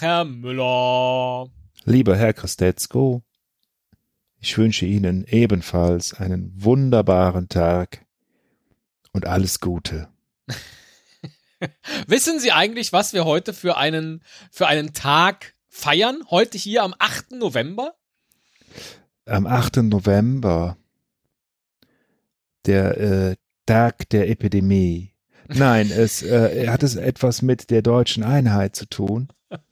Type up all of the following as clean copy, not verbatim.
Herr Müller. Lieber Herr Christetzko, ich wünsche Ihnen ebenfalls einen wunderbaren Tag und alles Gute. Wissen Sie eigentlich, was wir heute für einen Tag feiern? Heute hier am 8. November? Am 8. November, der Tag der Epidemie. Nein, hat es etwas mit der deutschen Einheit zu tun?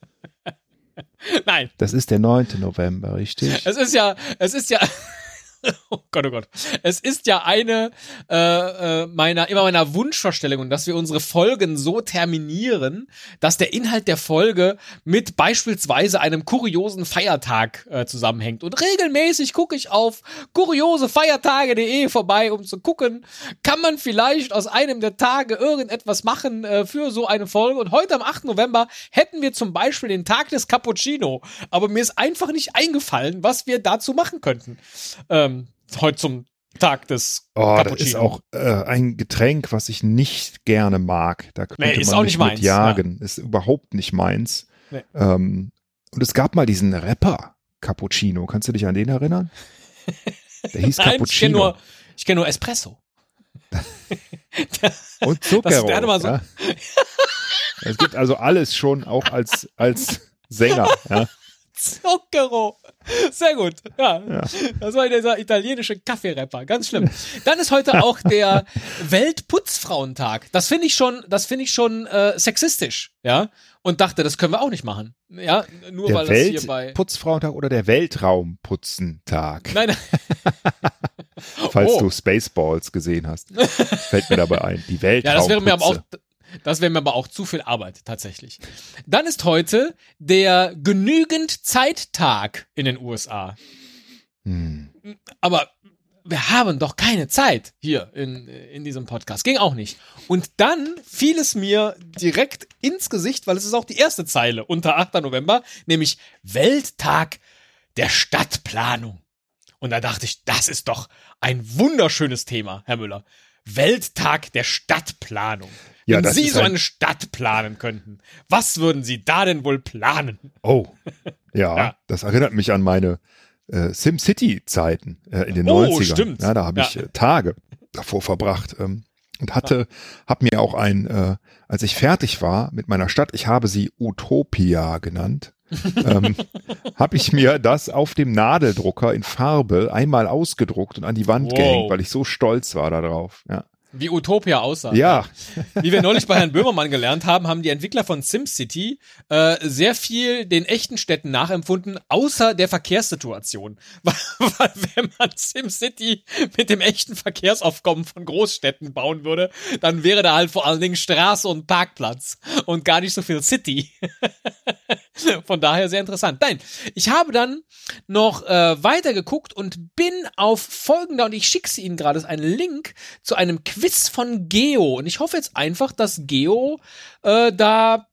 Nein. Das ist der 9. November, richtig? Es ist ja, oh Gott. Es ist ja eine meiner Wunschvorstellungen, dass wir unsere Folgen so terminieren, dass der Inhalt der Folge mit beispielsweise einem kuriosen Feiertag zusammenhängt. Und regelmäßig gucke ich auf kuriosefeiertage.de vorbei, um zu gucken, kann man vielleicht aus einem der Tage irgendetwas machen für so eine Folge. Und heute am 8. November hätten wir zum Beispiel den Tag des Cappuccino. Aber mir ist einfach nicht eingefallen, was wir dazu machen könnten. Heute zum Tag des Cappuccino. Das ist auch ein Getränk, was ich nicht gerne mag. Da könnte ist man auch mich nicht meins, mit jagen. Ist überhaupt nicht meins. Nee. Und es gab mal diesen Rapper Cappuccino. Kannst du dich an den erinnern? Der hieß Nein, Cappuccino. Ich kenn nur Espresso. Und Zucchero. Der hatte mal so. Ja. Es gibt also alles schon, auch als Sänger. Ja. Zucchero. Sehr gut. Ja. Das war dieser italienische Kaffeerapper. Ganz schlimm. Dann ist heute auch der Weltputzfrauentag. Das finde ich schon sexistisch. Ja. Und dachte, das können wir auch nicht machen. Ja. Nur Der weil das hier bei. Weltputzfrauentag oder der Weltraumputzentag? Nein. Falls du Spaceballs gesehen hast. Fällt mir dabei ein. Die Weltraumputze. Ja, das wäre mir aber auch zu viel Arbeit, tatsächlich. Dann ist heute der Genügend-Zeit-Tag in den USA. Aber wir haben doch keine Zeit hier in diesem Podcast. Ging auch nicht. Und dann fiel es mir direkt ins Gesicht, weil es ist auch die erste Zeile unter 8. November, nämlich Welttag der Stadtplanung. Und da dachte ich, das ist doch ein wunderschönes Thema, Herr Müller. Welttag der Stadtplanung. Ja, Wenn Sie so eine Stadt planen könnten, was würden Sie da denn wohl planen? Oh, ja. Das erinnert mich an meine SimCity-Zeiten in den 90ern. Stimmt. Ja, da habe ich Tage davor verbracht und habe mir auch als ich fertig war mit meiner Stadt, ich habe sie Utopia genannt, habe ich mir das auf dem Nadeldrucker in Farbe einmal ausgedruckt und an die Wand gehängt, weil ich so stolz war darauf. Ja. Wie Utopia aussah. Ja. Wie wir neulich bei Herrn Böhmermann gelernt haben, haben die Entwickler von SimCity sehr viel den echten Städten nachempfunden, außer der Verkehrssituation. Weil wenn man SimCity mit dem echten Verkehrsaufkommen von Großstädten bauen würde, dann wäre da halt vor allen Dingen Straße und Parkplatz und gar nicht so viel City. Von daher sehr interessant. Nein, ich habe dann noch weitergeguckt und bin auf folgender, und ich schicke sie Ihnen gerade, ist ein Link zu einem Quiz von Geo. Und ich hoffe jetzt einfach, dass Geo ein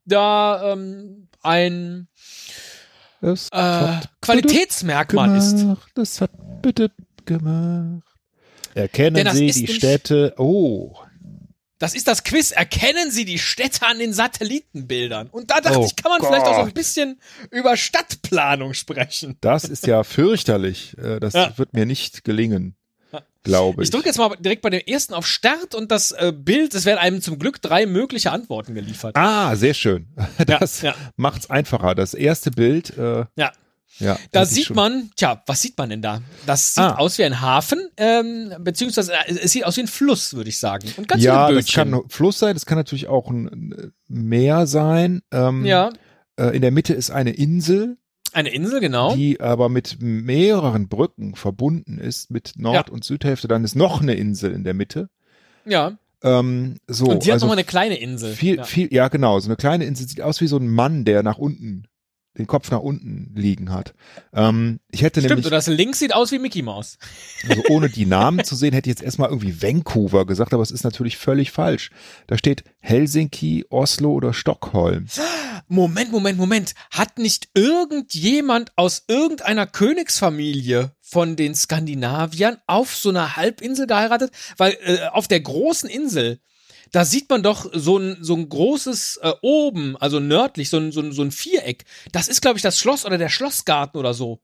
Qualitätsmerkmal ist. Das hat bitte gemacht. Erkennen Sie die Städte. Oh. Das ist das Quiz. Erkennen Sie die Städte an den Satellitenbildern? Und da dachte ich, kann man vielleicht auch so ein bisschen über Stadtplanung sprechen. Das ist ja fürchterlich. Das wird mir nicht gelingen, glaube ich. Ich drücke jetzt mal direkt bei dem ersten auf Start und das Bild, es werden einem zum Glück 3 mögliche Antworten geliefert. Ah, sehr schön. Das macht's einfacher. Das erste Bild. Da sieht man, was sieht man denn da? Das sieht aus wie ein Hafen, beziehungsweise es sieht aus wie ein Fluss, würde ich sagen. Und ganz viele Bötchen. Das kann ein Fluss sein, das kann natürlich auch ein Meer sein. In der Mitte ist eine Insel. Eine Insel, genau. Die aber mit mehreren Brücken verbunden ist, mit Nord- und Südhälfte. Dann ist noch eine Insel in der Mitte. Ja. Und die hat nochmal eine kleine Insel. Genau. So eine kleine Insel sieht aus wie so ein Mann, der den Kopf nach unten liegen hat. Ich hätte Stimmt, nämlich, und das links sieht aus wie Mickey Mouse. Also ohne die Namen zu sehen, hätte ich jetzt erstmal irgendwie Vancouver gesagt, aber es ist natürlich völlig falsch. Da steht Helsinki, Oslo oder Stockholm. Moment. Hat nicht irgendjemand aus irgendeiner Königsfamilie von den Skandinaviern auf so einer Halbinsel geheiratet? Weil auf der großen Insel, da sieht man doch so ein großes oben, also nördlich, so ein Viereck. Das ist, glaube ich, das Schloss oder der Schlossgarten oder so.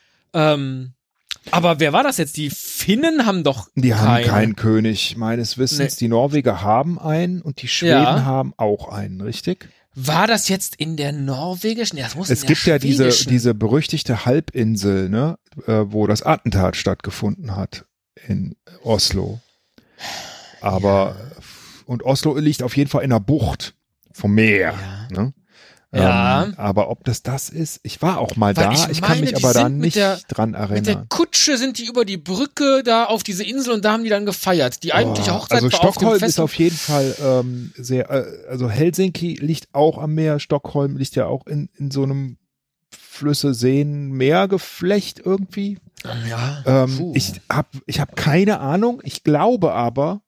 Aber wer war das jetzt? Die Finnen haben doch Die haben keinen König, meines Wissens. Nee. Die Norweger haben einen und die Schweden haben auch einen, richtig? War das jetzt in der norwegischen? Ja, das muss es gibt ja diese berüchtigte Halbinsel, ne, wo das Attentat stattgefunden hat in Oslo. Aber und Oslo liegt auf jeden Fall in der Bucht vom Meer. Ja. Ne? Ja. Aber ob das ist, ich war auch mal da, ich kann mich aber da nicht dran erinnern. Mit der Kutsche sind die über die Brücke da auf diese Insel und da haben die dann gefeiert. Die eigentliche Hochzeit also war Stockholm auf dem Fest. Ist auf jeden Fall sehr, also Helsinki liegt auch am Meer, Stockholm liegt ja auch in so einem Flüsse, Seen, Meergeflecht irgendwie. Ja. Ich hab keine Ahnung, ich glaube aber,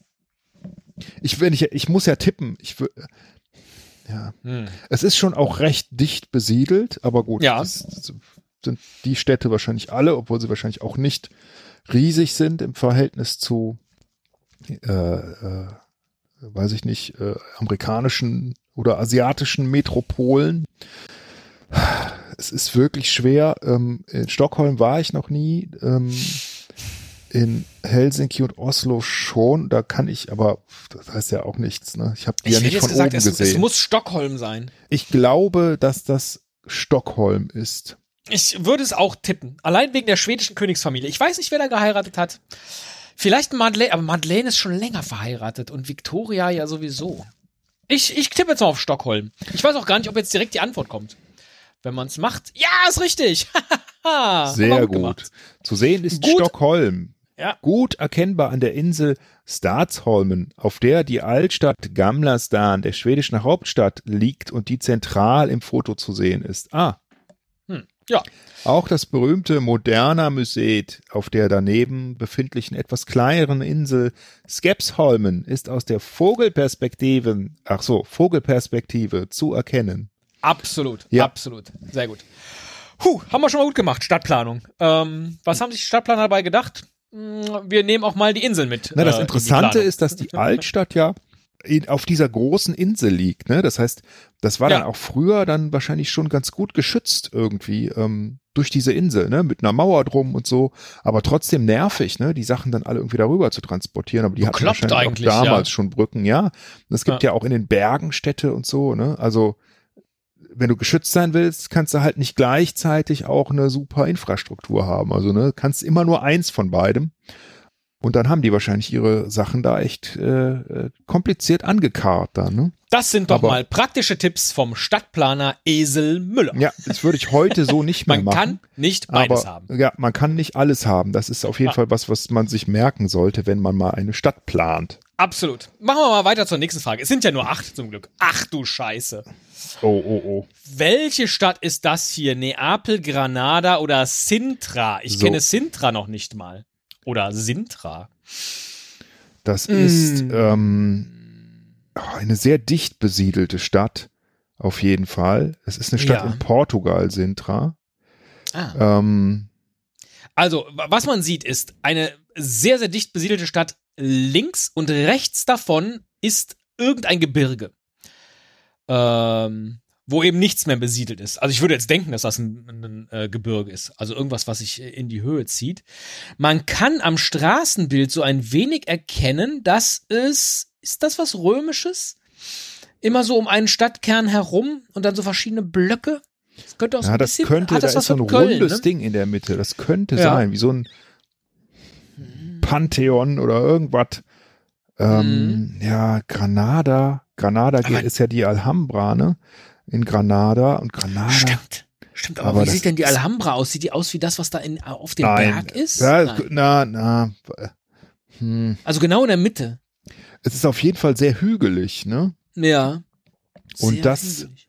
ich muss ja tippen, ja. Es ist schon auch recht dicht besiedelt, aber gut, das sind die Städte wahrscheinlich alle, obwohl sie wahrscheinlich auch nicht riesig sind im Verhältnis zu, weiß ich nicht, amerikanischen oder asiatischen Metropolen. Es ist wirklich schwer. In Stockholm war ich noch nie. In Helsinki und Oslo schon, da kann ich, aber das heißt ja auch nichts, ne? Ich habe die ja nicht von oben gesehen. Es muss Stockholm sein. Ich glaube, dass das Stockholm ist. Ich würde es auch tippen. Allein wegen der schwedischen Königsfamilie. Ich weiß nicht, wer da geheiratet hat. Vielleicht Madeleine, aber Madeleine ist schon länger verheiratet und Victoria ja sowieso. Ich tippe jetzt mal auf Stockholm. Ich weiß auch gar nicht, ob jetzt direkt die Antwort kommt. Wenn man es macht, ja, ist richtig. Sehr gut. Zu sehen ist Stockholm. Ja. Gut erkennbar an der Insel Stadsholmen, auf der die Altstadt Gamla stan, der schwedischen Hauptstadt, liegt und die zentral im Foto zu sehen ist. Ja. Auch das berühmte Moderna Museet auf der daneben befindlichen etwas kleineren Insel Skepsholmen ist aus der Vogelperspektive zu erkennen. Absolut, ja. Absolut. Sehr gut. Haben wir schon mal gut gemacht, Stadtplanung. Was haben sich die Stadtplaner dabei gedacht? Wir nehmen auch mal die Inseln mit. Das Interessante ist, dass die Altstadt ja auf dieser großen Insel liegt. Ne? Das heißt, das war dann auch früher dann wahrscheinlich schon ganz gut geschützt irgendwie durch diese Insel, ne? Mit einer Mauer drum und so. Aber trotzdem nervig, ne? Die Sachen dann alle irgendwie darüber zu transportieren. Aber die hatten wahrscheinlich auch damals schon Brücken, ja. Und es gibt ja auch in den Bergen Städte und so, ne? Also wenn du geschützt sein willst, kannst du halt nicht gleichzeitig auch eine super Infrastruktur haben. Also ne, kannst immer nur eins von beidem. Und dann haben die wahrscheinlich ihre Sachen da echt kompliziert angekarrt dann. Ne? Das sind doch mal praktische Tipps vom Stadtplaner Esel Müller. Ja, das würde ich heute so nicht mehr machen. Man kann nicht beides haben. Ja, man kann nicht alles haben. Das ist auf jeden Fall was man sich merken sollte, wenn man mal eine Stadt plant. Absolut. Machen wir mal weiter zur nächsten Frage. Es sind ja nur 8 zum Glück. Ach du Scheiße. Oh. Welche Stadt ist das hier? Neapel, Granada oder Sintra? Ich kenne Sintra noch nicht mal. Oder Sintra. Das ist eine sehr dicht besiedelte Stadt. Auf jeden Fall. Es ist eine Stadt in Portugal, Sintra. Also, was man sieht, ist eine sehr, sehr dicht besiedelte Stadt. Links und rechts davon ist irgendein Gebirge, wo eben nichts mehr besiedelt ist. Also ich würde jetzt denken, dass das ein Gebirge ist. Also irgendwas, was sich in die Höhe zieht. Man kann am Straßenbild so ein wenig erkennen, dass ist das was Römisches? Immer so um einen Stadtkern herum und dann so verschiedene Blöcke. Das könnte auch so ein bisschen, da ist so ein rundes Ding in der Mitte. Das könnte sein, wie so ein Pantheon oder irgendwas. Ja, Granada. Ist ja die Alhambra, ne? In Granada und Granada. Stimmt, aber wie sieht denn die Alhambra aus? Sieht die aus wie das, was da auf dem Berg ist? Ja, Also genau in der Mitte. Es ist auf jeden Fall sehr hügelig, ne? Ja. Und das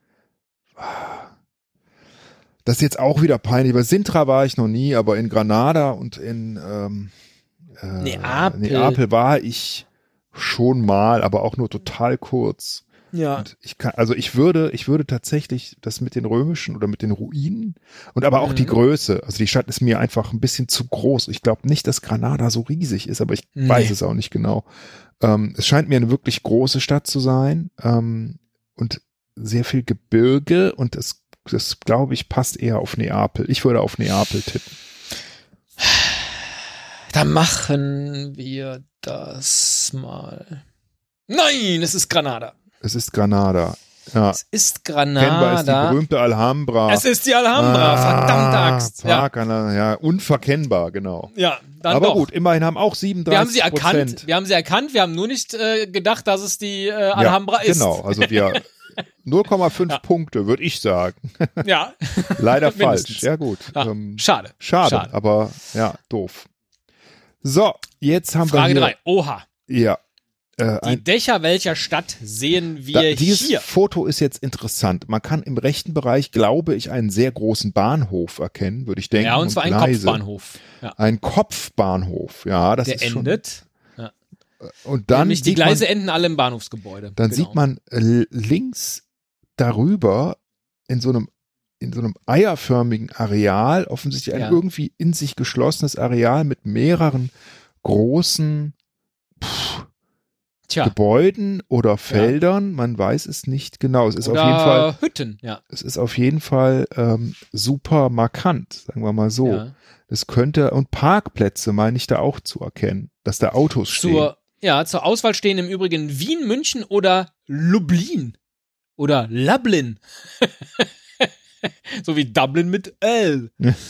ist jetzt auch wieder peinlich. Bei Sintra war ich noch nie, aber in Granada und in Neapel war ich schon mal, aber auch nur total kurz. Ja. Und ich würde tatsächlich das mit den römischen oder mit den Ruinen und aber auch die Größe. Also die Stadt ist mir einfach ein bisschen zu groß. Ich glaube nicht, dass Granada so riesig ist, aber ich weiß es auch nicht genau. Es scheint mir eine wirklich große Stadt zu sein und sehr viel Gebirge und das glaube ich passt eher auf Neapel. Ich würde auf Neapel tippen. Da machen wir das mal. Nein, es ist Granada. Es ist Granada. Ja. Es ist Granada. Kennbar ist die berühmte Alhambra. Es ist die Alhambra, verdammte Axt. Ja, unverkennbar, genau. Ja, dann aber doch. Gut, immerhin haben auch 37%. Wir haben sie erkannt, wir haben nur nicht gedacht, dass es die Alhambra ist. Genau, also wir 0,5 Punkte, würde ich sagen. Ja. Leider falsch. Ja, gut. Ja, schade, aber ja, doof. So, jetzt haben Frage wir Frage 3. Oha. Ja. Die Dächer welcher Stadt sehen wir dieses hier? Foto ist jetzt interessant. Man kann im rechten Bereich, glaube ich, einen sehr großen Bahnhof erkennen, würde ich denken. Ja, und zwar ein Kopfbahnhof. Ja. Ein Kopfbahnhof, ja, das Der ist schon. endet. Ja. Und dann nämlich die Gleise enden alle im Bahnhofsgebäude. Dann sieht man links darüber in so einem eierförmigen Areal, offensichtlich ein irgendwie in sich geschlossenes Areal mit mehreren großen Gebäuden oder Feldern, man weiß es nicht genau. Es ist oder auf jeden Fall Hütten, ja. Es ist auf jeden Fall super markant, sagen wir mal so. Ja. Das könnte, und Parkplätze meine ich da auch zu erkennen, dass da Autos stehen. Zur Auswahl stehen im Übrigen Wien, München oder Lublin. Oder Lublin. So wie Dublin mit L.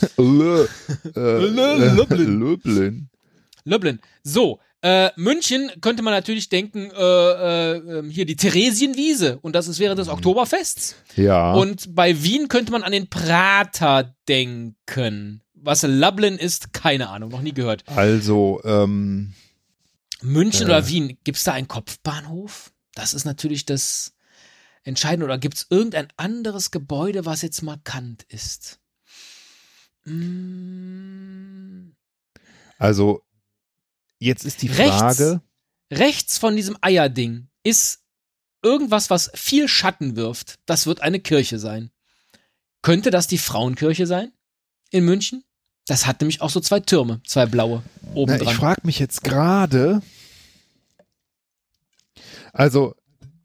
Lublin. Lublin. So, München könnte man natürlich denken, hier die Theresienwiese und das ist während des Oktoberfests. Ja. Und bei Wien könnte man an den Prater denken. Was Lublin ist, keine Ahnung, noch nie gehört. Also, München oder Wien, gibt's da einen Kopfbahnhof? Das ist natürlich das Entscheidende. Oder gibt's irgendein anderes Gebäude, was jetzt markant ist? Also, jetzt ist die Frage. Rechts von diesem Eierding ist irgendwas, was viel Schatten wirft. Das wird eine Kirche sein. Könnte das die Frauenkirche sein? In München? Das hat nämlich auch so 2 Türme, 2 blaue oben dran. Ich frage mich jetzt gerade. Also,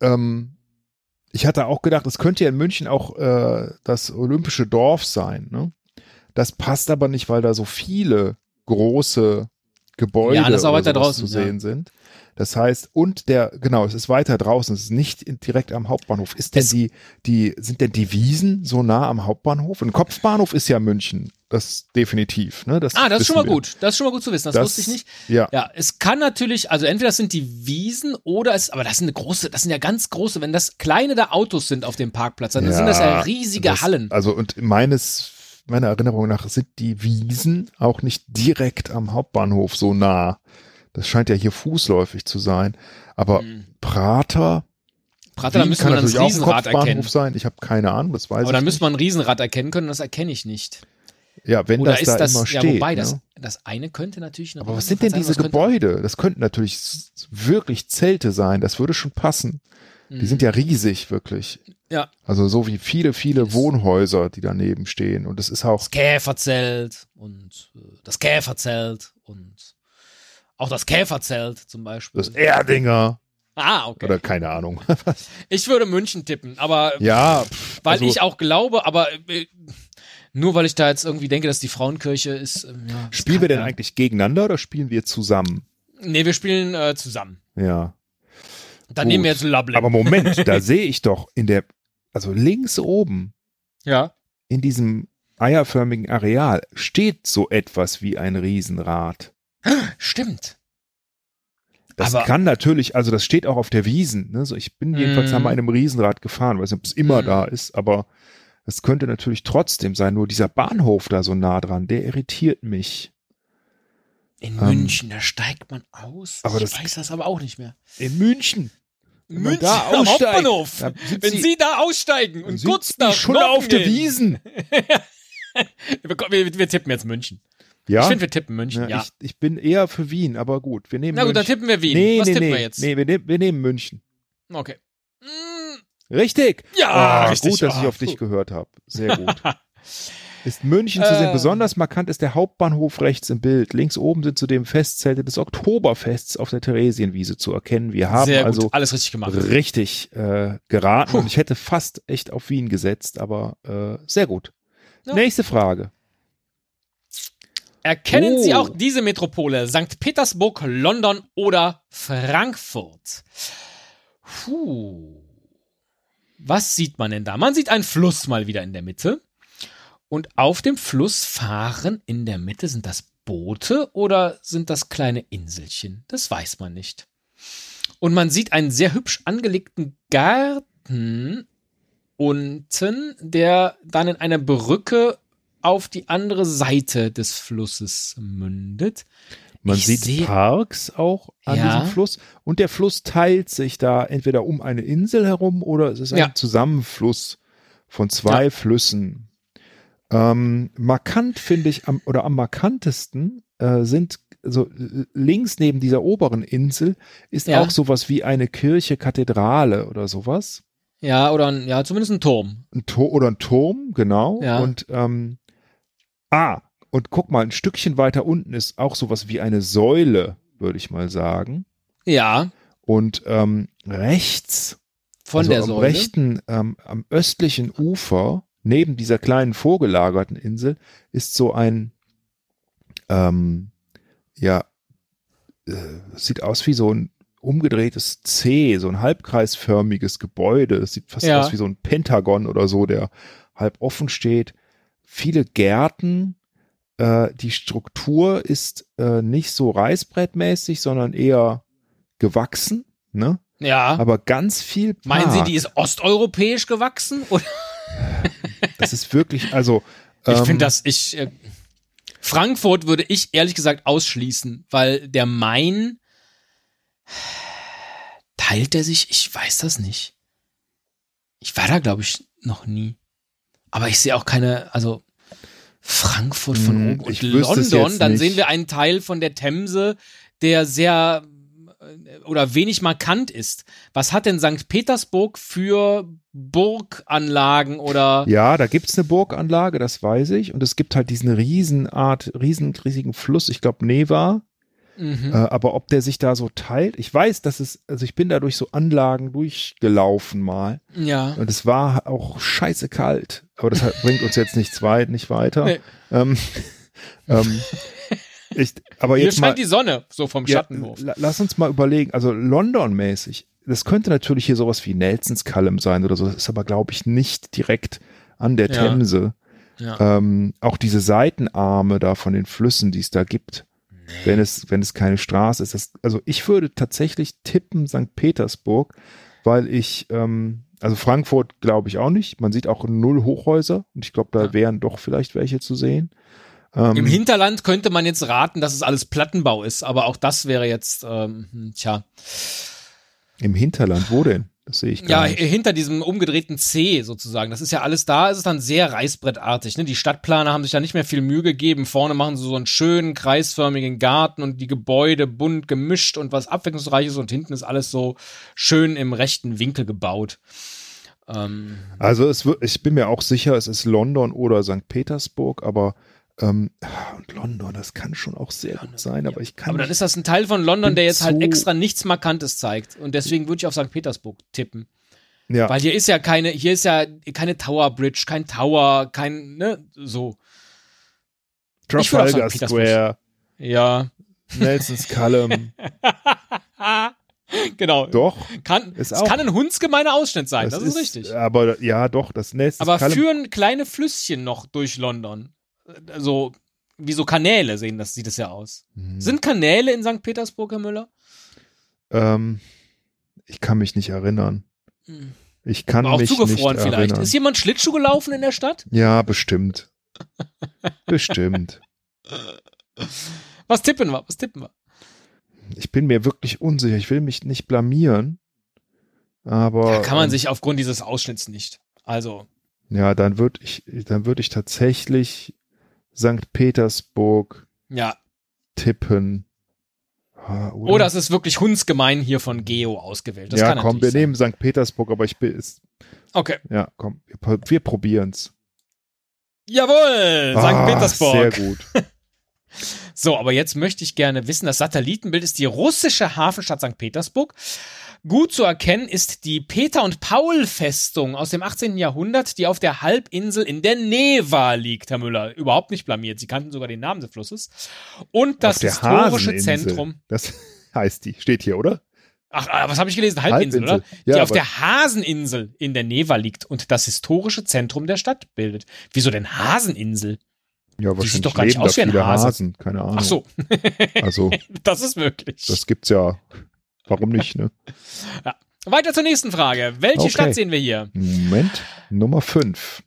ich hatte auch gedacht, es könnte ja in München auch das olympische Dorf sein. Ne? Das passt aber nicht, weil da so viele große Gebäude das ist auch weiter draußen, zu sehen sind. Das heißt, es ist weiter draußen, es ist nicht direkt am Hauptbahnhof. Sind denn die Wiesen so nah am Hauptbahnhof? Ein Kopfbahnhof ist ja München, das definitiv. Ne? Das ist schon mal gut. Das ist schon mal gut zu wissen, das wusste ich nicht. Ja, es kann natürlich, also entweder das sind die Wiesen oder aber das sind ja ganz große, wenn das kleine da Autos sind auf dem Parkplatz, dann sind das ja riesige Hallen. Also und meiner Erinnerung nach sind die Wiesen auch nicht direkt am Hauptbahnhof so nah. Das scheint ja hier fußläufig zu sein. Aber Prater, da müsste man dann das Riesenrad erkennen. Sein. Ich habe keine Ahnung, das weiß ich nicht. Aber dann müsste man ein Riesenrad erkennen können, das erkenne ich nicht. Ja, wenn oder das da immer steht. Ja, wobei, ne? das eine könnte natürlich noch. Aber was sind denn diese Gebäude? Das könnten natürlich wirklich Zelte sein. Das würde schon passen. Die sind ja riesig, wirklich. Ja. Also so wie viele Wohnhäuser, die daneben stehen. Und das ist auch. Das Käferzelt und das Käferzelt und auch das Käferzelt zum Beispiel. Das Erdinger. Okay. Oder keine Ahnung. Ich würde München tippen, aber ja, weil ich auch glaube, aber nur weil ich da jetzt irgendwie denke, dass die Frauenkirche ist. Spielen wir denn eigentlich gegeneinander oder spielen wir zusammen? Nee, wir spielen zusammen. Ja. Dann nehmen wir jetzt Lublin. Aber Moment, da sehe ich doch also links oben. Ja. In diesem eierförmigen Areal steht so etwas wie ein Riesenrad. Stimmt. Das kann natürlich, also das steht auch auf der Wiesn. Ne? So, ich bin jedenfalls an einem Riesenrad gefahren, weiß nicht, ob es immer da ist, aber es könnte natürlich trotzdem sein. Nur dieser Bahnhof da so nah dran, der irritiert mich. In München, da steigt man aus. Aber ich weiß das aber auch nicht mehr. In München. München am Hauptbahnhof. Wenn Sie da aussteigen und kurz nach schon auf der Wiesn. wir tippen jetzt München. Ja? Ich finde, wir tippen München, ja. Ich bin eher für Wien, aber gut, wir nehmen Na gut, München. dann tippen wir Wien. Was tippen wir jetzt? Nee, wir nehmen München. Okay. Richtig. Ja, richtig. Gut, dass ich auf dich gehört habe. Sehr gut. Ist München zu sehen. Besonders markant ist der Hauptbahnhof rechts im Bild. Links oben sind zudem Festzelte des Oktoberfests auf der Theresienwiese zu erkennen. Wir haben sehr gut. also Alles richtig gemacht. Richtig geraten. Und ich hätte fast echt auf Wien gesetzt, aber sehr gut. Ja. Nächste Frage. Erkennen Sie auch diese Metropole? St. Petersburg, London oder Frankfurt? Was sieht man denn da? Man sieht einen Fluss mal wieder in der Mitte. Und auf dem Fluss fahren in der Mitte, sind das Boote oder sind das kleine Inselchen? Das weiß man nicht. Und man sieht einen sehr hübsch angelegten Garten unten, der dann in eine Brücke auf die andere Seite des Flusses mündet. Man sieht Parks auch an diesem Fluss und der Fluss teilt sich da entweder um eine Insel herum oder es ist ein Zusammenfluss von zwei Flüssen. Markant finde ich, am markantesten sind so links neben dieser oberen Insel ist auch sowas wie eine Kirche, Kathedrale oder sowas. Ja, oder zumindest ein Turm. Ein Turm, genau. Ja. Und und guck mal, ein Stückchen weiter unten ist auch sowas wie eine Säule, würde ich mal sagen. Ja. Und rechts, von der Säule, am östlichen Ufer, neben dieser kleinen vorgelagerten Insel, ist so ein, sieht aus wie so ein umgedrehtes C, so ein halbkreisförmiges Gebäude. Es sieht fast aus wie so ein Pentagon oder so, der halb offen steht. Viele Gärten. Die Struktur ist nicht so reißbrettmäßig, sondern eher gewachsen, ne? Ja. Aber ganz viel Park. Meinen Sie, die ist osteuropäisch gewachsen? Oder? Das ist wirklich, also ich finde Frankfurt würde ich ehrlich gesagt ausschließen, weil der Main teilt er sich, ich weiß das nicht. Ich war da, glaube ich, noch nie. Aber ich sehe auch keine, also Frankfurt von oben und London, dann sehen wir einen Teil von der Themse, der sehr oder wenig markant ist. Was hat denn St. Petersburg für Burganlagen oder? Ja, da gibt's eine Burganlage, das weiß ich. Und es gibt halt diesen riesigen Fluss, ich glaube Neva. Aber ob der sich da so teilt, ich weiß, ich bin da durch so Anlagen durchgelaufen mal. Ja. Und es war auch scheiße kalt. Aber das bringt uns jetzt nicht weiter. Nee. Aber hier jetzt scheint die Sonne, so vom Schattenwurf. Lass uns mal überlegen, also London-mäßig, das könnte natürlich hier sowas wie Nelson's Column sein oder so, das ist aber, glaube ich, nicht direkt an der Themse. Ja. Auch diese Seitenarme da von den Flüssen, die es da gibt, wenn es keine Straße ist. Also ich würde tatsächlich tippen St. Petersburg, weil ich, also Frankfurt glaube ich auch nicht, man sieht auch 0 Hochhäuser und ich glaube, da wären doch vielleicht welche zu sehen. Im Hinterland könnte man jetzt raten, dass es alles Plattenbau ist, aber auch das wäre jetzt, Im Hinterland, wo denn? Das sehe ich gar nicht. Ja, hinter diesem umgedrehten C sozusagen. Das ist ja alles da, ist es dann sehr reißbrettartig. Ne? Die Stadtplaner haben sich da nicht mehr viel Mühe gegeben. Vorne machen sie so einen schönen, kreisförmigen Garten und die Gebäude bunt gemischt und was abwechslungsreiches und hinten ist alles so schön im rechten Winkel gebaut. Also ich bin mir auch sicher, es ist London oder St. Petersburg, aber und London, das kann schon auch sehr gut sein, aber ich kann. Aber dann ist das ein Teil von London, der jetzt halt extra nichts Markantes zeigt. Und deswegen würde ich auf St. Petersburg tippen. Ja. Weil hier ist ja keine Tower Bridge, kein Tower, so. Trafalgar Square. Ja. Nelson's Column. Genau. Doch. Es kann ein hundsgemeiner Ausschnitt sein, das ist richtig. Aber ja, doch, das Nelson's Column. Aber führen kleine Flüsschen noch durch London. So, wie so Kanäle sieht es ja aus. Sind Kanäle in St. Petersburg, Herr Müller? Ich kann mich nicht erinnern. Ich kann aber auch mich zugefroren nicht vielleicht. Erinnern. Ist jemand Schlittschuh gelaufen in der Stadt? Ja, bestimmt. Bestimmt. Was tippen wir? Ich bin mir wirklich unsicher. Ich will mich nicht blamieren. Aber. Da kann man sich aufgrund dieses Ausschnitts nicht. Also. Ja, dann würde ich tatsächlich St. Petersburg tippen. Oder es ist wirklich hundsgemein hier von Geo ausgewählt. Das ja, kann komm, wir sein. nehmen St. Petersburg, aber Okay. ja, komm, wir probieren's. Jawohl, St. Petersburg. Sehr gut. So, aber jetzt möchte ich gerne wissen, das Satellitenbild ist die russische Hafenstadt St. Petersburg. Gut zu erkennen ist die Peter- und Paul-Festung aus dem 18. Jahrhundert, die auf der Halbinsel in der Neva liegt, Herr Müller. Überhaupt nicht blamiert. Sie kannten sogar den Namen des Flusses. Und das historische Zentrum. Das heißt die. Steht hier, oder? Ach, was habe ich gelesen? Halbinsel, oder? Ja, die auf der Haseninsel in der Neva liegt und das historische Zentrum der Stadt bildet. Wieso denn Haseninsel? Ja, Die sieht wahrscheinlich doch gar nicht leben aus da wie ein viele Hase. Hasen. Keine Ahnung. Ach so. Also, Das ist möglich. das gibt's ja. Warum nicht, ne? Ja. Weiter zur nächsten Frage. Welche Okay. Stadt sehen wir hier? Moment. Nummer 5.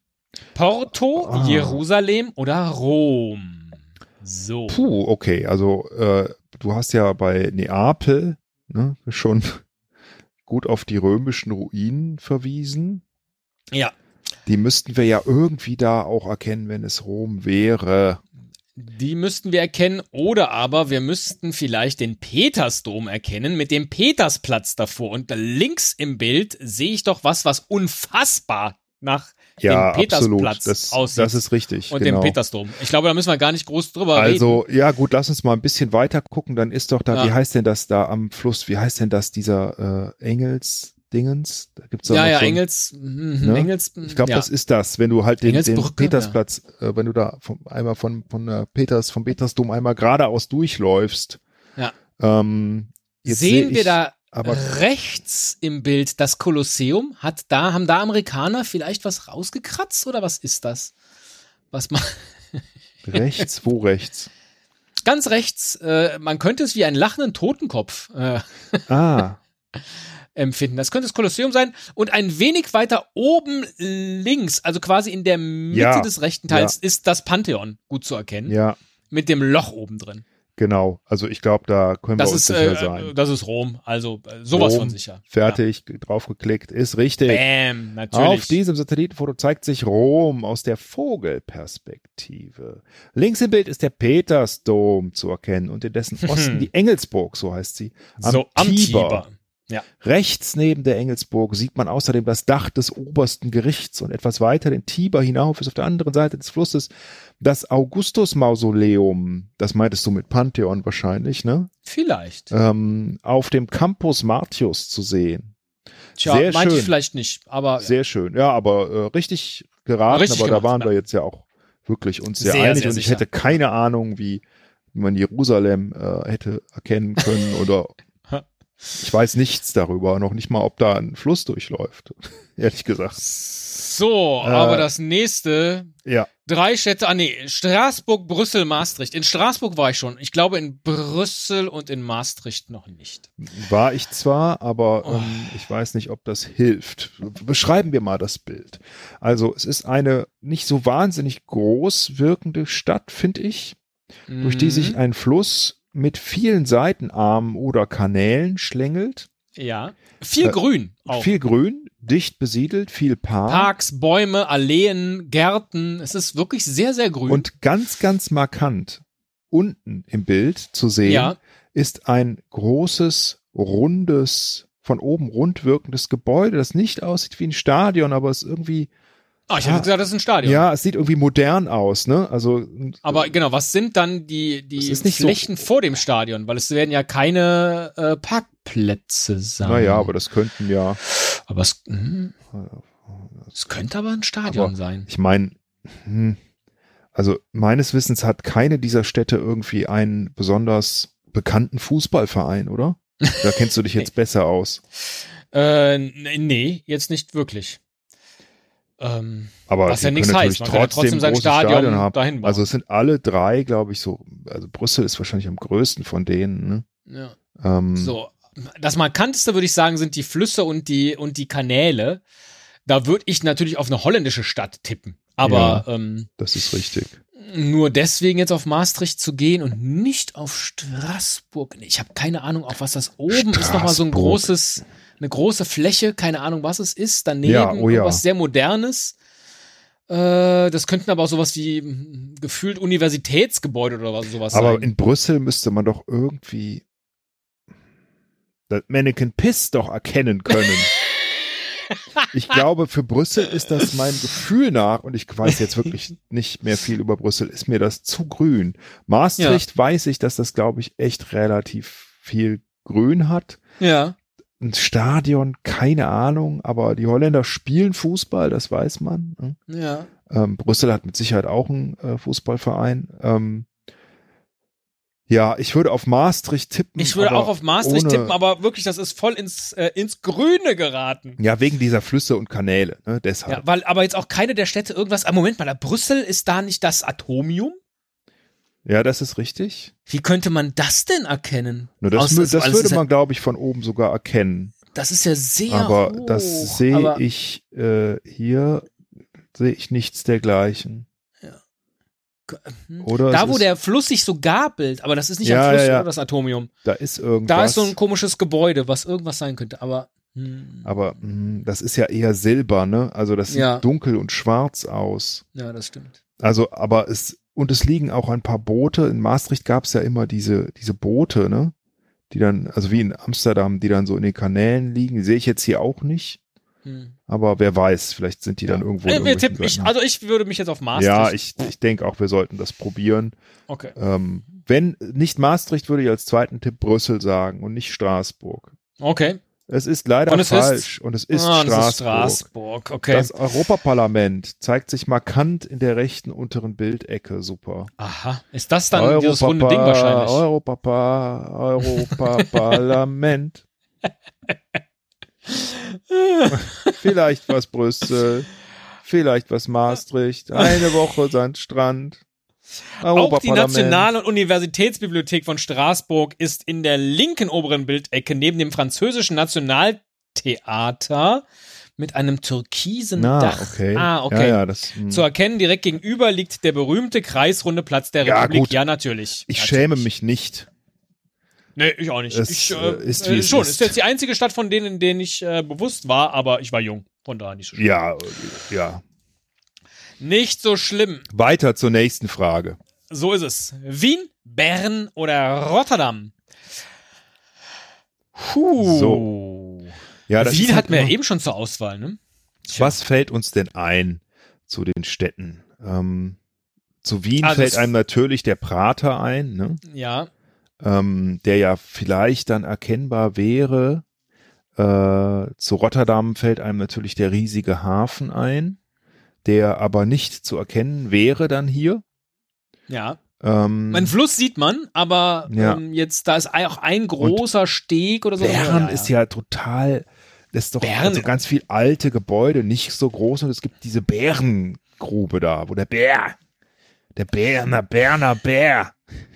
Porto, Jerusalem oder Rom? So. Puh, okay. Also, du hast ja bei Neapel schon gut auf die römischen Ruinen verwiesen. Ja. Die müssten wir ja irgendwie da auch erkennen, wenn es Rom wäre. Die müssten wir erkennen oder aber wir müssten vielleicht den Petersdom erkennen mit dem Petersplatz davor. Und links im Bild sehe ich doch was unfassbar nach Ja, dem Petersplatz absolut. aussieht. Das ist richtig. Und genau. dem Petersdom. Ich glaube, da müssen wir gar nicht groß drüber reden. Also, ja gut, lass uns mal ein bisschen weiter gucken. Dann ist doch da, Ja. Wie heißt denn das da am Fluss? Wie heißt denn das, dieser Engels-Dingens? Da gibt's doch Ja, noch ja, so ein- Engels. ne? Engels. Ich glaube, ja. das ist das, wenn du halt den Engelsbrücke, Petersplatz, wenn du da einmal vom Petersdom einmal geradeaus durchläufst. Ja. Jetzt Sehen seh wir ich da aber rechts im Bild das Kolosseum? Haben da Amerikaner vielleicht was rausgekratzt oder was ist das? Was man rechts, wo rechts? ganz rechts, man könnte es wie einen lachenden Totenkopf Ah, empfinden. Das könnte das Kolosseum sein und ein wenig weiter oben links, also quasi in der Mitte Ja, des rechten Teils, ist das Pantheon gut zu erkennen. ja, Mit dem Loch oben drin. genau. Also ich glaube, da können wir Das uns ist, sicher sein. das ist Rom, also sowas Rom, von sicher. Fertig, draufgeklickt, ist richtig. Bam, natürlich. Auf diesem Satellitenfoto zeigt sich Rom aus der Vogelperspektive. Links im Bild ist der Petersdom zu erkennen und in dessen Osten die Engelsburg, so heißt sie, am Tiber. Ja. Rechts neben der Engelsburg sieht man außerdem das Dach des obersten Gerichts und etwas weiter den Tiber hinauf ist auf der anderen Seite des Flusses das Augustus-Mausoleum. Das meintest du mit Pantheon wahrscheinlich, ne? Vielleicht. Auf dem Campus Martius zu sehen. Tja, sehr meinte ich schön. vielleicht nicht, aber Sehr schön. Ja, aber richtig geraten, Richtig aber da gemacht, waren ja. wir jetzt ja auch wirklich uns sehr, Sehr, einig sehr und ich sicher. hätte keine Ahnung, wie man Jerusalem hätte erkennen können oder ich weiß nichts darüber, noch nicht mal, ob da ein Fluss durchläuft, ehrlich gesagt. so, aber das nächste, Ja, 3 Städte, Straßburg, Brüssel, Maastricht. In Straßburg war ich schon. Ich glaube in Brüssel und in Maastricht noch nicht. war ich zwar, aber Oh. ich weiß nicht, ob das hilft. Beschreiben wir mal das Bild. Also es ist eine nicht so wahnsinnig groß wirkende Stadt, finde ich, durch die sich ein Fluss mit vielen Seitenarmen oder Kanälen schlängelt. Ja. Viel Grün auch. Viel Grün, dicht besiedelt, viel Parks, Bäume, Alleen, Gärten. Es ist wirklich sehr, sehr grün. Und ganz, ganz markant unten im Bild zu sehen Ja. ist ein großes, rundes, von oben rund wirkendes Gebäude, das nicht aussieht wie ein Stadion, aber es irgendwie, ich hätte gesagt, das ist ein Stadion. ja, es sieht irgendwie modern aus, ne? Also, Aber genau, was sind dann Es die ist nicht so- Flächen vor dem Stadion? Weil es werden ja keine Parkplätze sein. naja, aber das könnten ja, Aber es könnte aber ein Stadion Aber- sein. ich meine, also meines Wissens hat keine dieser Städte irgendwie einen besonders bekannten Fußballverein, oder? Da kennst du dich jetzt besser aus. Nee, jetzt nicht wirklich. Aber Was die ja nichts können heißt. natürlich Man kann ja trotzdem sein großes Stadion haben. dahin bauen. Also es sind alle drei, glaube ich, so, also Brüssel ist wahrscheinlich am größten von denen. Ne? Ja. So, das markanteste würde ich sagen, sind die Flüsse und die Kanäle. Da würde ich natürlich auf eine holländische Stadt tippen. Aber Das ist richtig. nur deswegen jetzt auf Maastricht zu gehen und nicht auf Straßburg. Ich habe keine Ahnung, auf was das oben ist. Nochmal so eine große Fläche, keine Ahnung, was es ist. Daneben Ja, oh ja. irgendwas sehr Modernes. Das könnten aber auch sowas wie gefühlt Universitätsgebäude oder sowas Aber sein. in Brüssel müsste man doch irgendwie, das Mannequin Piss doch erkennen können. Ich glaube, für Brüssel ist das meinem Gefühl nach, und ich weiß jetzt wirklich nicht mehr viel über Brüssel, ist mir das zu grün. Maastricht weiß ich, dass das, glaube ich, echt relativ viel Grün hat. Ja. Ein Stadion, keine Ahnung, aber die Holländer spielen Fußball, das weiß man. Ne? Ja. Brüssel hat mit Sicherheit auch einen Fußballverein. Ja, ich würde auf Maastricht tippen. Ich würde auch auf Maastricht tippen, aber wirklich, das ist voll ins Grüne geraten. Ja, wegen dieser Flüsse und Kanäle, ne, deshalb. Ja, weil aber jetzt auch keine der Städte irgendwas. Moment mal, Brüssel ist da nicht das Atomium? Ja, das ist richtig. Wie könnte man das denn erkennen? Nur das würde man, glaube ich, von oben sogar erkennen. Das ist ja sehr aber hoch. Das sehe ich hier, sehe ich nichts dergleichen. Oder da, wo der Fluss sich so gabelt, aber das ist nicht ein Fluss oder das Atomium. Da ist irgendwas. Da ist so ein komisches Gebäude, was irgendwas sein könnte, aber das ist ja eher Silber, ne? Also das sieht dunkel und schwarz aus. Ja, das stimmt. Also, aber es liegen auch ein paar Boote. In Maastricht gab es ja immer diese Boote, ne? Die dann, also wie in Amsterdam, die dann so in den Kanälen liegen. Die sehe ich jetzt hier auch nicht. Aber wer weiß, vielleicht sind die dann irgendwo. Ich würde mich jetzt auf Maastricht. Ja, ich denke auch, wir sollten das probieren. Okay. Wenn nicht Maastricht, würde ich als zweiten Tipp Brüssel sagen und nicht Straßburg. Okay. Es ist leider falsch und es ist Straßburg. Okay. Das Europaparlament zeigt sich markant in der rechten unteren Bildecke. Super. Aha. Ist das dann dieses runde Ding wahrscheinlich? Europaparlament. Vielleicht was Brüssel, vielleicht was Maastricht, eine Woche Sandstrand. Auch die National- und Universitätsbibliothek von Straßburg ist in der linken oberen Bildecke neben dem französischen Nationaltheater mit einem türkisen Dach. Okay. Okay. Ja, zu erkennen, direkt gegenüber liegt der berühmte kreisrunde Platz der Republik. Gut. Ja, natürlich. Ich schäme mich nicht. Nee, ich auch nicht. Ist jetzt die einzige Stadt von denen, in denen ich bewusst war, aber ich war jung. Von daher nicht so schlimm. Ja. Nicht so schlimm. Weiter zur nächsten Frage. So ist es. Wien, Bern oder Rotterdam? So. Ja, das Wien hatten wir ja eben schon zur Auswahl, ne? Was fällt uns denn ein zu den Städten? Zu Wien fällt einem natürlich der Prater ein, ne? Ja. Der ja vielleicht dann erkennbar wäre. Zu Rotterdam fällt einem natürlich der riesige Hafen ein, der aber nicht zu erkennen wäre dann hier. Ja. Ein Fluss sieht man, aber jetzt, da ist auch ein großer Steg oder so. Bern ist ja total, das ist doch also ganz viel alte Gebäude, nicht so groß, und es gibt diese Bärengrube da, wo der Berner Bär.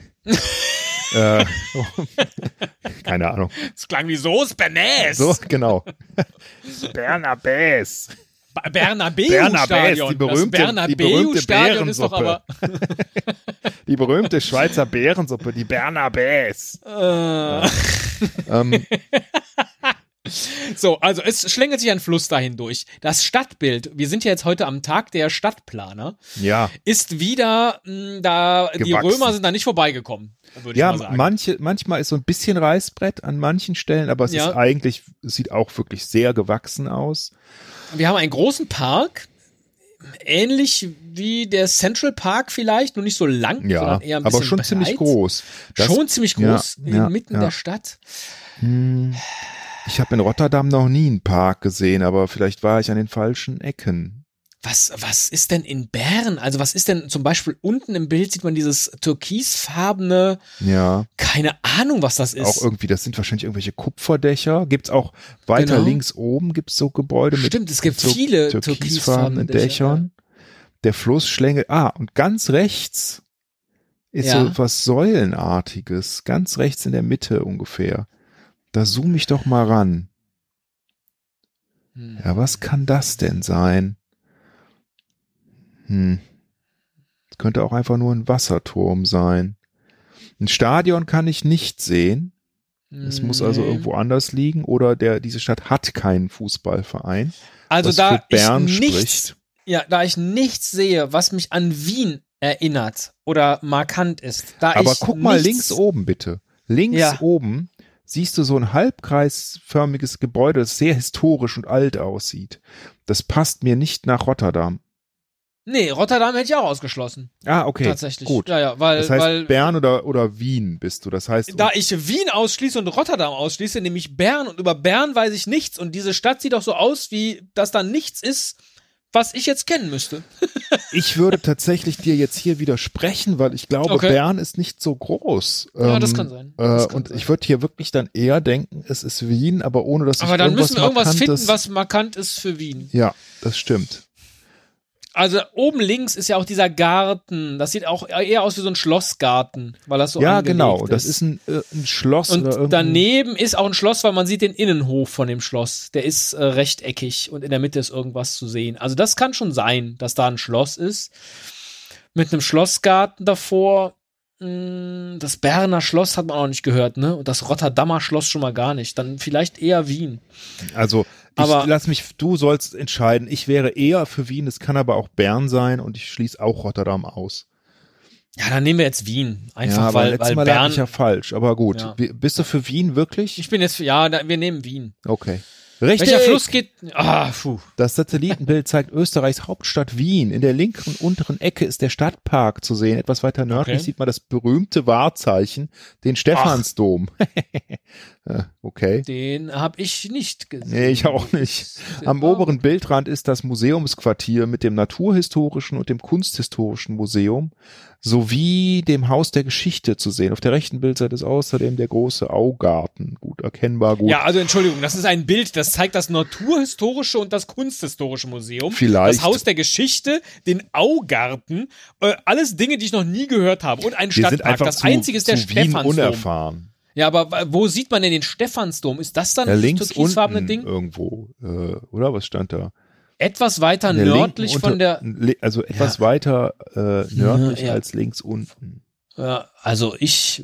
Keine Ahnung. Das klang wie Soße Bernays. So, genau. Berner Bäs. Bernabeu-Stadion. Die berühmte Stadion ist doch aber die berühmte Schweizer Bärensuppe, die Berner Bäs. So, also es schlängelt sich ein Fluss dahin durch. Das Stadtbild, wir sind ja jetzt heute am Tag der Stadtplaner, ist wieder da, die Römer sind da nicht vorbeigekommen, würde ich mal sagen. Manchmal ist so ein bisschen Reißbrett an manchen Stellen, aber es ist eigentlich, es sieht auch wirklich sehr gewachsen aus. Wir haben einen großen Park, ähnlich wie der Central Park vielleicht, nur nicht so lang, sondern eher ein bisschen aber schon breit. Ziemlich groß. Ziemlich groß, inmitten der Stadt. Ich habe in Rotterdam noch nie einen Park gesehen, aber vielleicht war ich an den falschen Ecken. Was ist denn in Bern? Also was ist denn zum Beispiel unten im Bild, sieht man dieses türkisfarbene, keine Ahnung, was das ist. Auch irgendwie, das sind wahrscheinlich irgendwelche Kupferdächer. Gibt's auch weiter links oben, gibt's so Gebäude mit es gibt so viele türkisfarbene Dächern. Ja. Der Fluss schlängelt, und ganz rechts ist so was Säulenartiges, ganz rechts in der Mitte ungefähr. Da zoome ich doch mal ran. Ja, was kann das denn sein? Das könnte auch einfach nur ein Wasserturm sein. Ein Stadion kann ich nicht sehen. Es muss also irgendwo anders liegen, oder diese Stadt hat keinen Fußballverein. Also was da für Bern spricht. Da ich nichts sehe, was mich an Wien erinnert oder markant ist. Aber guck mal links oben bitte. Links oben siehst du so ein halbkreisförmiges Gebäude, das sehr historisch und alt aussieht. Das passt mir nicht nach Rotterdam. Nee, Rotterdam hätte ich auch ausgeschlossen. Ah, okay. Tatsächlich. Gut. Ja, weil, das heißt, weil Bern oder Wien bist du. Das heißt, da ich Wien ausschließe und Rotterdam ausschließe, nehme ich Bern und über Bern weiß ich nichts und diese Stadt sieht auch so aus, wie dass da nichts ist, was ich jetzt kennen müsste. ich würde tatsächlich dir jetzt hier widersprechen, weil ich glaube, Bern ist nicht so groß. Ja, das kann sein. Ich würde hier wirklich dann eher denken, es ist Wien, aber ohne dass ich aber dann irgendwas müssen wir irgendwas Markantes finden, was markant ist für Wien. Ja, das stimmt. Also oben links ist ja auch dieser Garten. Das sieht auch eher aus wie so ein Schlossgarten, weil das so angelegt genau. ist. Das ist ein Schloss. Und oder daneben ist auch ein Schloss, weil man sieht den Innenhof von dem Schloss. Der ist rechteckig und in der Mitte ist irgendwas zu sehen. Also das kann schon sein, dass da ein Schloss ist. Mit einem Schlossgarten davor. Das Berner Schloss hat man auch nicht gehört, ne? Und das Rotterdamer Schloss schon mal gar nicht. Dann vielleicht eher Wien. Also du sollst entscheiden. Ich wäre eher für Wien, es kann aber auch Bern sein und ich schließe auch Rotterdam aus. Ja, dann nehmen wir jetzt Wien. Einfach ja, weil letztes Mal Bern. lag ich ja falsch, aber gut. Ja. Bist du für Wien wirklich? Ich bin jetzt wir nehmen Wien. Okay. Richtig. Welcher Fluss geht? Das Satellitenbild zeigt Österreichs Hauptstadt Wien. In der linken und unteren Ecke ist der Stadtpark zu sehen. Etwas weiter nördlich sieht man das berühmte Wahrzeichen, den Stephansdom. Okay. Den habe ich nicht gesehen. Nee, ich auch nicht. Am oberen Bildrand ist das Museumsquartier mit dem Naturhistorischen und dem Kunsthistorischen Museum sowie dem Haus der Geschichte zu sehen. Auf der rechten Bildseite ist außerdem der große Augarten. Gut erkennbar, gut. Ja, also Entschuldigung, das ist ein Bild, das zeigt das Naturhistorische und das Kunsthistorische Museum. Vielleicht. Das Haus der Geschichte, den Augarten, alles Dinge, die ich noch nie gehört habe. Und ein Stadtpark. Das einzige ist der Stephansdom. Unerfahren. Ja, aber wo sieht man denn den Stephansdom? Ist das dann das türkisfarbene Ding? Irgendwo, oder? Was stand da? Etwas weiter nördlich von der... Also etwas weiter nördlich als links unten. Ja, also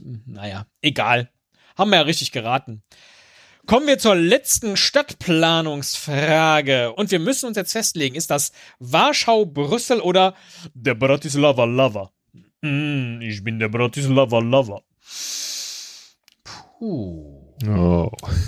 egal. Haben wir ja richtig geraten. Kommen wir zur letzten Stadtplanungsfrage. Und wir müssen uns jetzt festlegen, ist das Warschau, Brüssel oder der Bratislava Lover? Ich bin der Bratislava Lover. Oh.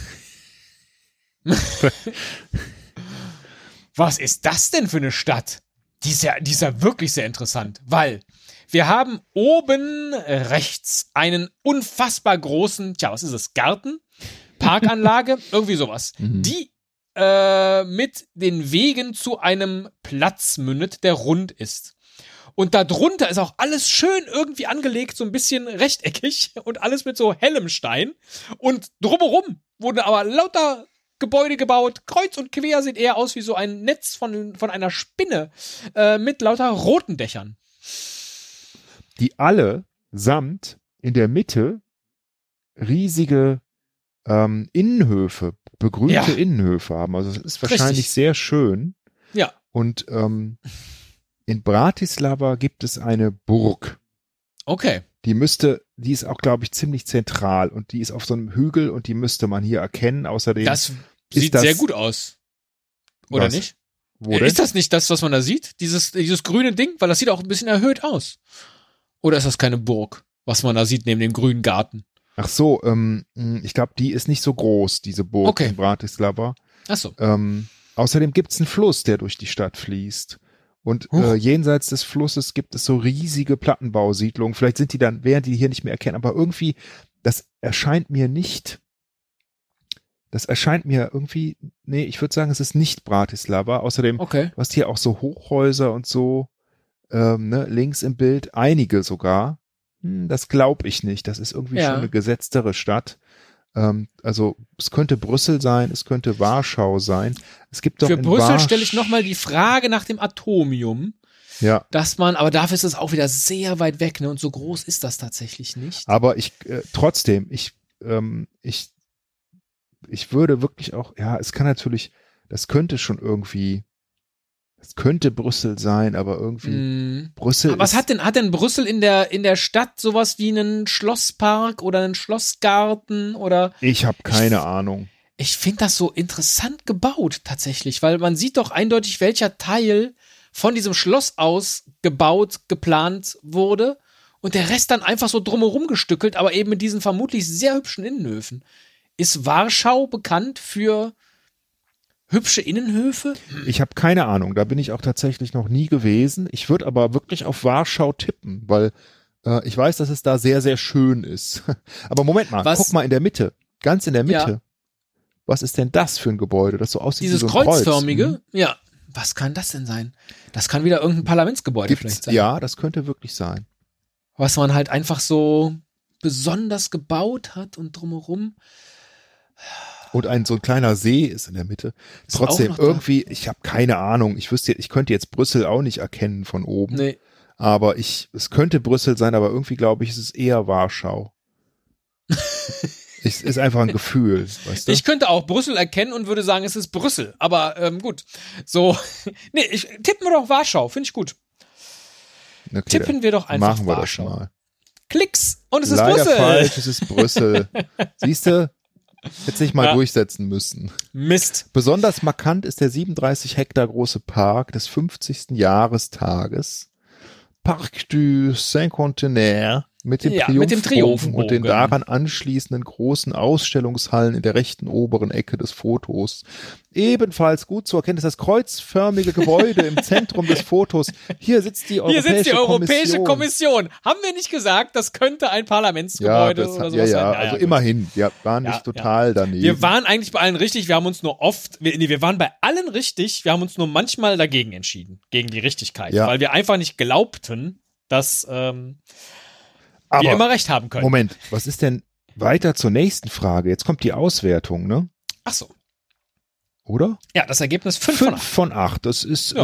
Was ist das denn für eine Stadt? Die ist ja wirklich sehr interessant, weil wir haben oben rechts einen unfassbar großen, was ist es, Garten? Parkanlage? Irgendwie sowas. Die mit den Wegen zu einem Platz mündet, der rund ist. Und darunter ist auch alles schön irgendwie angelegt, so ein bisschen rechteckig und alles mit so hellem Stein. Und drumherum wurden aber lauter Gebäude gebaut. Kreuz und quer sieht eher aus wie so ein Netz von einer Spinne mit lauter roten Dächern. Die alle samt in der Mitte riesige Innenhöfe, begrünte Innenhöfe haben. Also es ist wahrscheinlich sehr schön. Ja. Und in Bratislava gibt es eine Burg. Okay. Die ist auch, glaube ich, ziemlich zentral und die ist auf so einem Hügel und die müsste man hier erkennen. Außerdem das sieht sehr gut aus. Oder nicht? Wo denn? Ist das nicht das, was man da sieht? Dieses grüne Ding? Weil das sieht auch ein bisschen erhöht aus. Oder ist das keine Burg, was man da sieht neben dem grünen Garten? Ach so, ich glaube, die ist nicht so groß, diese Burg in Bratislava. Ach so. Außerdem gibt es einen Fluss, der durch die Stadt fließt. Und jenseits des Flusses gibt es so riesige Plattenbausiedlungen. Vielleicht werden die hier nicht mehr erkennen, aber irgendwie, das erscheint mir irgendwie, ich würde sagen, es ist nicht Bratislava. Außerdem, du hast hier auch so Hochhäuser und so, links im Bild, einige sogar. Das glaube ich nicht. Das ist irgendwie schon eine gesetztere Stadt. Also es könnte Brüssel sein, es könnte Warschau sein. Es gibt doch für Brüssel stelle ich nochmal die Frage nach dem Atomium. Ja. Aber dafür ist es auch wieder sehr weit weg, ne? Und so groß ist das tatsächlich nicht. Aber ich würde wirklich auch, es kann natürlich, das könnte Brüssel sein, aber irgendwie Brüssel. Aber was hat denn Brüssel in der Stadt sowas wie einen Schlosspark oder einen Schlossgarten oder? Ich habe keine Ahnung. Ich finde das so interessant gebaut tatsächlich, weil man sieht doch eindeutig, welcher Teil von diesem Schloss aus geplant wurde und der Rest dann einfach so drumherum gestückelt, aber eben mit diesen vermutlich sehr hübschen Innenhöfen. Ist Warschau bekannt für hübsche Innenhöfe? Ich habe keine Ahnung, da bin ich auch tatsächlich noch nie gewesen. Ich würde aber wirklich auf Warschau tippen, weil ich weiß, dass es da sehr, sehr schön ist. Aber Moment mal, guck mal in der Mitte, ganz in der Mitte. Ja. Was ist denn das für ein Gebäude, das so aussieht wie so ein kreuzförmige? Kreuz. Ja, was kann das denn sein? Das kann wieder irgendein Parlamentsgebäude vielleicht sein. Ja, das könnte wirklich sein. Was man halt einfach so besonders gebaut hat und drumherum. Und so ein kleiner See ist in der Mitte. Trotzdem irgendwie, ich habe keine Ahnung. Ich könnte jetzt Brüssel auch nicht erkennen von oben. Nee. Aber es könnte Brüssel sein, aber irgendwie glaube ich, es ist eher Warschau. Es ist einfach ein Gefühl, weißt du? Ich könnte auch Brüssel erkennen und würde sagen, es ist Brüssel. Aber gut. So, tippen wir doch Warschau, finde ich gut. Okay, tippen wir doch einfach machen wir Warschau. Das mal. Klicks und es ist Leider Brüssel. Falsch, es ist Brüssel. Siehst du? Hätte sich mal durchsetzen müssen. Mist. Besonders markant ist der 37 Hektar große Park des 50. Jahrestages. Parc du Cinquantenaire mit dem Triumphbogen und den daran anschließenden großen Ausstellungshallen in der rechten oberen Ecke des Fotos. Ebenfalls gut zu erkennen ist das kreuzförmige Gebäude im Zentrum des Fotos. Hier sitzt die Europäische Kommission. Haben wir nicht gesagt, das könnte ein Parlamentsgebäude oder sowas sein? Also immerhin. Wir waren nicht total daneben. Wir waren eigentlich bei allen richtig, wir haben uns nur wir waren bei allen richtig, wir haben uns nur manchmal dagegen entschieden, gegen die Richtigkeit, weil wir einfach nicht glaubten, dass wir immer recht haben können. Moment, was ist denn weiter zur nächsten Frage? Jetzt kommt die Auswertung, ne? Ach so. Oder? Ja, das Ergebnis 5 von 8. Das ist,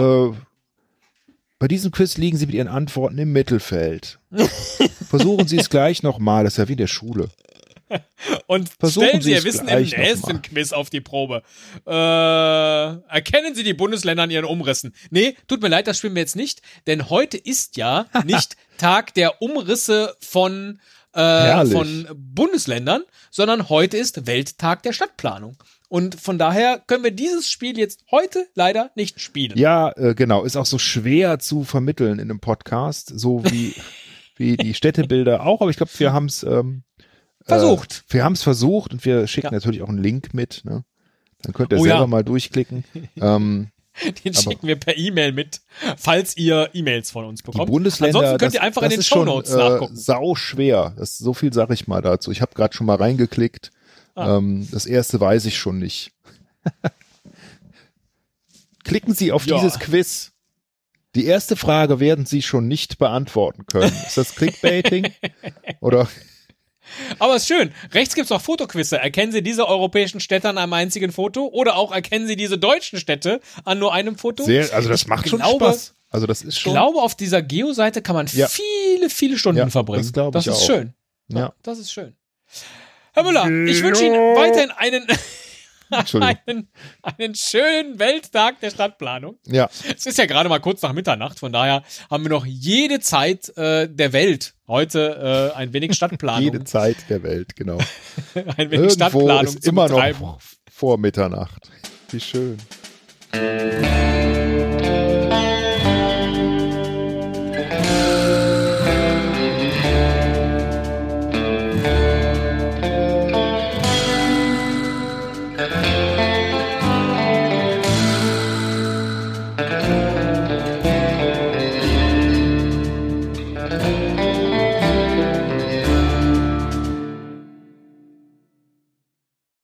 bei diesem Quiz liegen Sie mit Ihren Antworten im Mittelfeld. Versuchen Sie es gleich nochmal, das ist ja wie in der Schule. Und stellen Sie Ihr Wissen im nächsten Quiz auf die Probe. Erkennen Sie die Bundesländer an ihren Umrissen? Nee, tut mir leid, das spielen wir jetzt nicht, denn heute ist ja nicht Tag der Umrisse von Bundesländern, sondern heute ist Welttag der Stadtplanung. Und von daher können wir dieses Spiel jetzt heute leider nicht spielen. Ja, genau. Ist auch so schwer zu vermitteln in einem Podcast, so wie die Städtebilder auch. Aber ich glaube, wir haben es versucht. Wir haben es versucht und wir schicken natürlich auch einen Link mit. Ne? Dann könnt ihr selber mal durchklicken. Den schicken wir per E-Mail mit, falls ihr E-Mails von uns bekommt. Die Bundesländer, ansonsten könnt ihr einfach in den Shownotes nachgucken. Sau schwer. So viel sage ich mal dazu. Ich habe gerade schon mal reingeklickt. Das erste weiß ich schon nicht. Klicken Sie auf dieses Quiz. Die erste Frage werden Sie schon nicht beantworten können. Ist das Clickbaiting? Oder? Aber ist schön. Rechts gibt's noch Fotoquizze. Erkennen Sie diese europäischen Städte an einem einzigen Foto? Oder auch erkennen Sie diese deutschen Städte an nur einem Foto? Also das macht schon Spaß. Also das ist schon. Ich glaube, auf dieser Geo-Seite kann man viele, viele Stunden verbringen. Das glaube ich auch. Das ist schön. Ja. Das ist schön. Herr Müller, ich wünsche Ihnen weiterhin einen schönen Welttag der Stadtplanung. Ja. Es ist ja gerade mal kurz nach Mitternacht, von daher haben wir noch jede Zeit der Welt heute ein wenig Stadtplanung. Jede Zeit der Welt, genau. Ein wenig Stadtplanung ist immer noch vor Mitternacht. Wie schön.